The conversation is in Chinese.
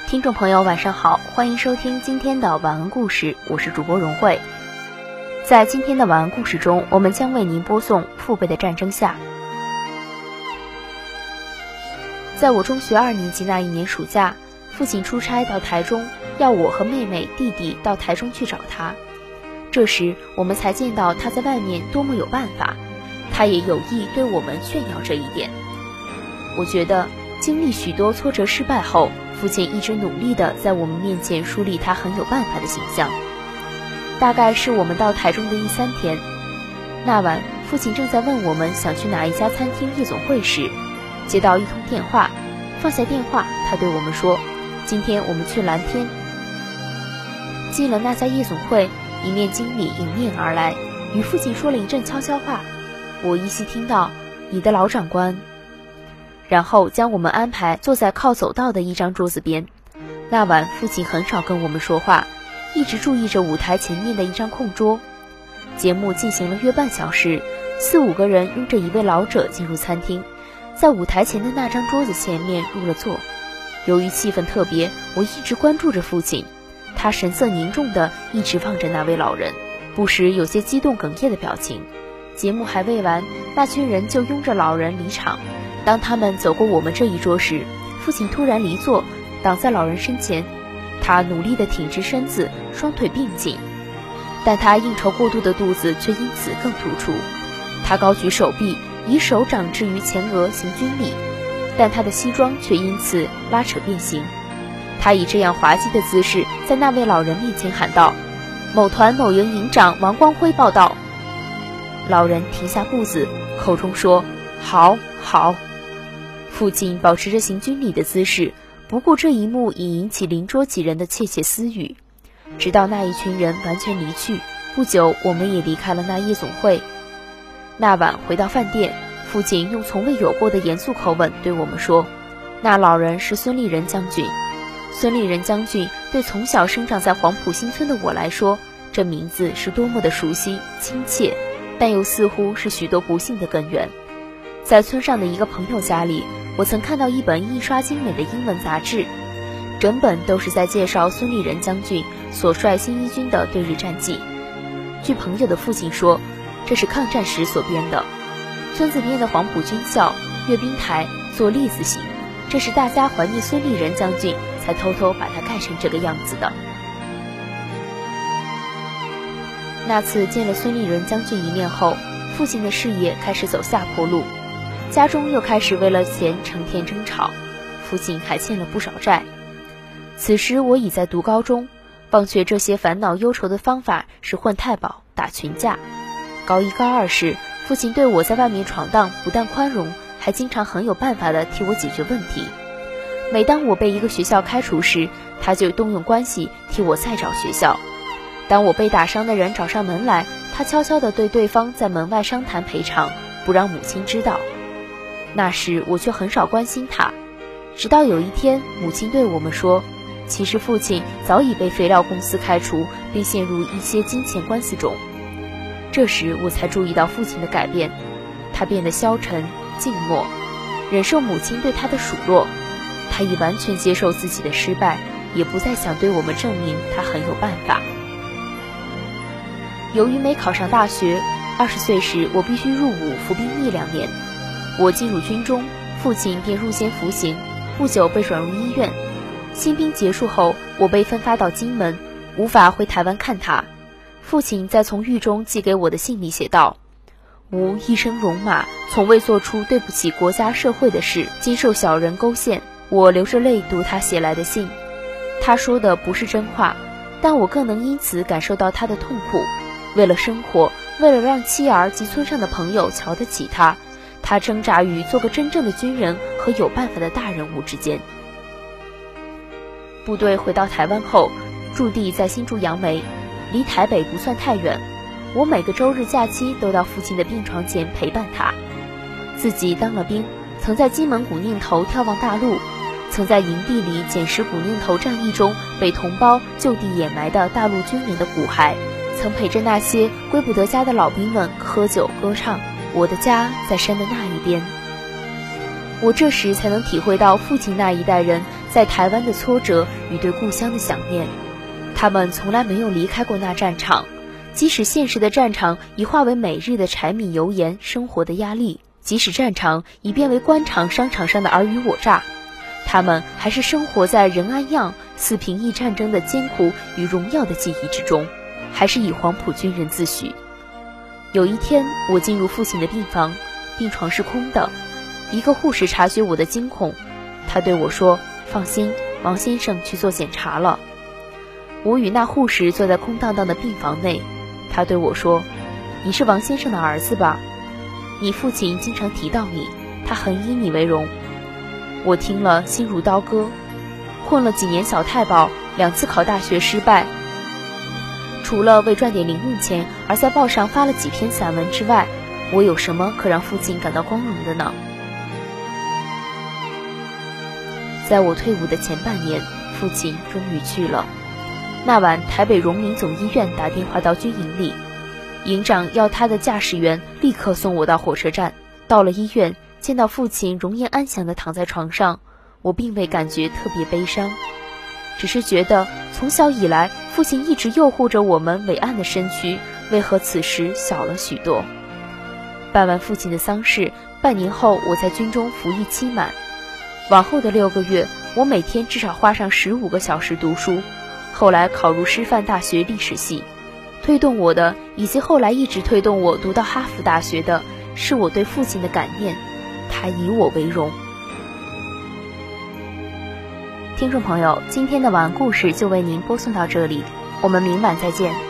听众朋友晚上好，欢迎收听今天的晚安故事，我是主播荣慧。在今天的晚安故事中，我们将为您播送父辈的战争下。在我中学2年级那一年暑假，父亲出差到台中，要我和妹妹弟弟到台中去找他。这时我们才见到他在外面多么有办法，他也有意对我们炫耀这一点。我觉得经历许多挫折失败后，父亲一直努力地在我们面前树立他很有办法的形象。大概是我们到台中的第3天，那晚父亲正在问我们想去哪一家餐厅夜总会时，接到一通电话。放下电话，他对我们说，今天我们去蓝天。进了那家夜总会，一面经理迎面而来，与父亲说了一阵悄悄话，我依稀听到你的老长官，然后将我们安排坐在靠走道的一张桌子边。那晚父亲很少跟我们说话，一直注意着舞台前面的一张空桌。节目进行了约半小时，4、5个人拥着一位老者进入餐厅，在舞台前的那张桌子前面入了座。由于气氛特别，我一直关注着父亲，他神色凝重地一直望着那位老人，不时有些激动哽咽的表情。节目还未完，那群人就拥着老人离场。当他们走过我们这一桌时，父亲突然离座，挡在老人身前。他努力地挺直身子，双腿并紧，但他应酬过度的肚子却因此更突出。他高举手臂，以手掌置于前额行军礼，但他的西装却因此拉扯变形。他以这样滑稽的姿势在那位老人面前喊道：某团某营营长王光辉报道。老人停下步子，口中说好好。父亲保持着行军礼的姿势，不过这一幕已引起邻桌几人的窃窃私语。直到那一群人完全离去，不久我们也离开了那夜总会。那晚回到饭店，父亲用从未有过的严肃口吻对我们说，那老人是孙立人将军。孙立人将军对从小生长在黄埔新村的我来说，这名字是多么的熟悉亲切，但又似乎是许多不幸的根源。在村上的一个朋友家里，我曾看到一本印刷精美的英文杂志，整本都是在介绍孙立人将军所率新一军的对日战绩。据朋友的父亲说，这是抗战时所编的。村子边的黄埔军校阅兵台做栗子形，这是大家怀念孙立人将军才偷偷把它盖成这个样子的。那次见了孙立人将军一面后，父亲的事业开始走下坡路，家中又开始为了钱成天争吵，父亲还欠了不少债。此时我已在读高中，忘却这些烦恼忧愁的方法是混太保打群架。高1、高2时，父亲对我在外面闯荡不但宽容，还经常很有办法地替我解决问题。每当我被一个学校开除时，他就动用关系替我再找学校。当我被打伤的人找上门来，他悄悄地对对方在门外商谈赔偿，不让母亲知道。那时我却很少关心他，直到有一天，母亲对我们说，其实父亲早已被肥料公司开除，并陷入一些金钱官司中。这时我才注意到父亲的改变，他变得消沉静默，忍受母亲对他的数落。他已完全接受自己的失败，也不再想对我们证明他很有办法。由于没考上大学，20岁时我必须入伍服兵役2年。我进入军中，父亲便入监服刑，不久被转入医院。新兵结束后，我被分发到金门，无法回台湾看他。父亲在从狱中寄给我的信里写道，吾一生戎马，从未做出对不起国家社会的事，今受小人勾陷。我流着泪读他写来的信，他说的不是真话，但我更能因此感受到他的痛苦。为了生活，为了让妻儿及村上的朋友瞧得起他，他挣扎于做个真正的军人和有办法的大人物之间。部队回到台湾后，驻地在新竹杨梅，离台北不算太远。我每个周日假期都到父亲的病床前陪伴他。自己当了兵，曾在金门古宁头眺望大陆，曾在营地里捡拾古宁头战役中被同胞就地掩埋的大陆军人的骨骸，曾陪着那些归不得家的老兵们喝酒歌唱。我的家在山的那一边。 我这时才能体会到父亲那一代人在台湾的挫折与对故乡的想念。他们从来没有离开过那战场，即使现实的战场已化为每日的柴米油盐生活的压力，即使战场已变为官场商场上的尔虞我诈，他们还是生活在仁安样四平役战争的艰苦与荣耀的记忆之中，还是以黄埔军人自诩。有一天，我进入父亲的病房，病床是空的。一个护士察觉我的惊恐，他对我说：“放心，王先生去做检查了。”我与那护士坐在空荡荡的病房内，他对我说：“你是王先生的儿子吧？你父亲经常提到你，他很以你为荣。”我听了心如刀割。混了几年小太保，2次考大学失败，除了为赚点零用钱而在报上发了几篇散文之外，我有什么可让父亲感到光荣的呢？在我退伍的前半年，父亲终于去了。那晚，台北荣民总医院打电话到军营里，营长要他的驾驶员立刻送我到火车站。到了医院，见到父亲容颜安详地躺在床上，我并未感觉特别悲伤，只是觉得从小以来，父亲一直诱惑着我们伟岸的身躯，为何此时小了许多？办完父亲的丧事，半年后我在军中服役期满。往后的6个月，我每天至少花上15个小时读书。后来考入师范大学历史系，推动我的，以及后来一直推动我读到哈佛大学的，是我对父亲的感念，他以我为荣。听众朋友，今天的晚安故事就为您播送到这里，我们明晚再见。